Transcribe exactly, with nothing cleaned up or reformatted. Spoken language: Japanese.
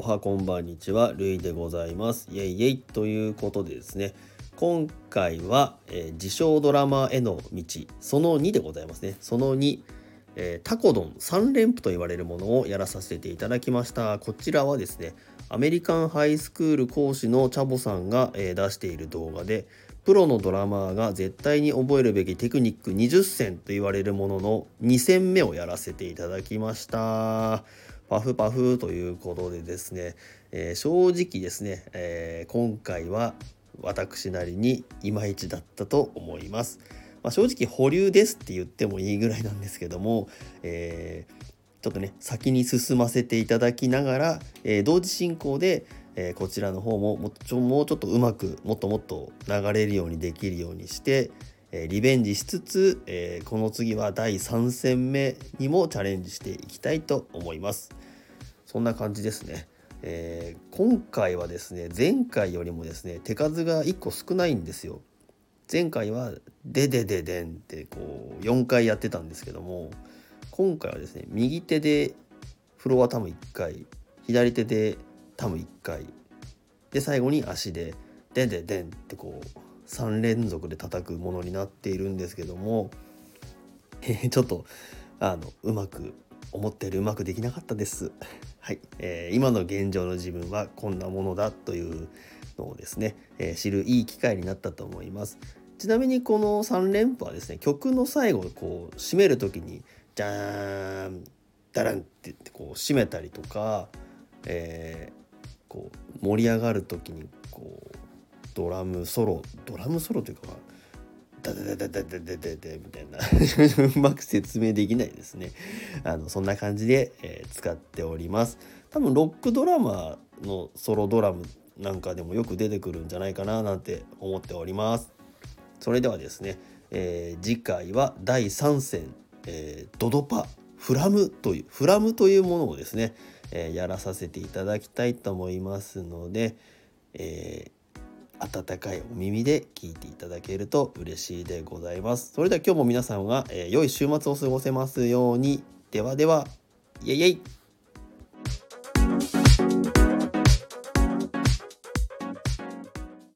はこんばんにちは、るいでございます。イエイイエイということでですね、今回は、えー、自称ドラマへの道そのにでございますね。そのに、えー、タコドンさん連符と言われるものをやらさせていただきました。こちらはですね、アメリカンハイスクール講師のチャボさんが、えー、出している動画で、プロのドラマーが絶対に覚えるべきテクニックにじゅっせんと言われるもののに戦目をやらせていただきました。パフパフということでですね、えー、正直ですね、えー、今回は私なりにいまいちだったと思います。まあ、正直保留ですって言ってもいいぐらいなんですけども、えー、ちょっとね先に進ませていただきながら、えー、同時進行で、えー、こちらの方ももちょもうちょっとうまくもっともっと流れるようにできるようにして、えー、リベンジしつつ、えー、この次はだいさん戦目にもチャレンジしていきたいと思います。そんな感じですね。えー、今回はですね、前回よりもですね手数がいっこ少ないんですよ。前回はデデデデンってこうよんかいやってたんですけども、今回はですね、右手でフロアタムいっかい、左手でタムいっかいで、最後に足でデデデンってこうさん連続で叩くものになっているんですけども、えー、ちょっとあのうまく思ったよりうまくできなかったです。はい、えー、今の現状の自分はこんなものだというのをですね、えー、知るいい機会になったと思います。ちなみにこのさん連符はですね、曲の最後こう締める時にジャーンダランって言ってこう締めたりとか、えー、こう盛り上がる時にこうドラムソロドラムソロというか、ダダダダダダダダダみたいなうまく説明できないですね。あのそんな感じで、えー、使っております。多分ロックドラマーのソロドラムなんかでもよく出てくるんじゃないかななんて思っております。それではですね、えー、次回はだいさん戦、えー、ドドパフラムというフラムというものをですね、えー、やらさせていただきたいと思いますので、えー温かいお耳で聞いていただけると嬉しいでございます。それでは今日も皆さんが、えー、良い週末を過ごせますように。ではでは、イエイイエイ。